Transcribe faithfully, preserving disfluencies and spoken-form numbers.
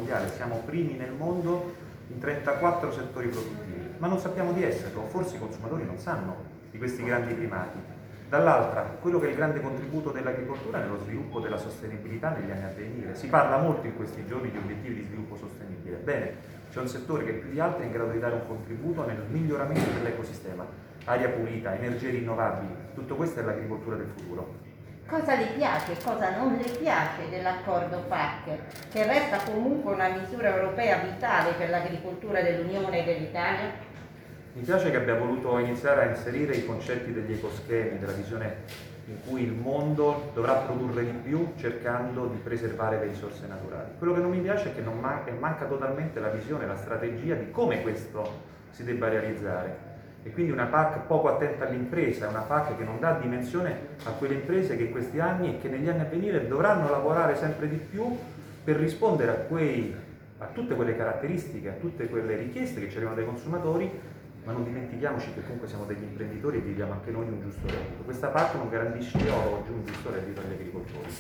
mondiale, siamo primi nel mondo in trentaquattro settori produttivi, ma non sappiamo di esserlo, forse i consumatori non sanno di questi grandi primati. Dall'altra, quello che è il grande contributo dell'agricoltura nello sviluppo della sostenibilità negli anni a venire. Si parla molto in questi giorni di obiettivi di sviluppo sostenibile. Bene, c'è un settore che più di altri è in grado di dare un contributo nel miglioramento dell'ecosistema. Aria pulita, energie rinnovabili, tutto questo è l'agricoltura del futuro. Cosa le piace e cosa non le piace dell'accordo P A C, che resta comunque una misura europea vitale per l'agricoltura dell'Unione e dell'Italia? Mi piace che abbia voluto iniziare a inserire i concetti degli ecoschemi, della visione in cui il mondo dovrà produrre di più cercando di preservare le risorse naturali. Quello che non mi piace è che non manca, manca totalmente la visione, la strategia di come questo si debba realizzare. E quindi una P A C poco attenta all'impresa, una P A C che non dà dimensione a quelle imprese che in questi anni e che negli anni a venire dovranno lavorare sempre di più per rispondere a, quei, a tutte quelle caratteristiche, a tutte quelle richieste che ci arrivano dai consumatori, ma non dimentichiamoci che comunque siamo degli imprenditori e viviamo anche noi un giusto reddito. Questa P A C non garantisce oggi un giusto reddito agli agricoltori.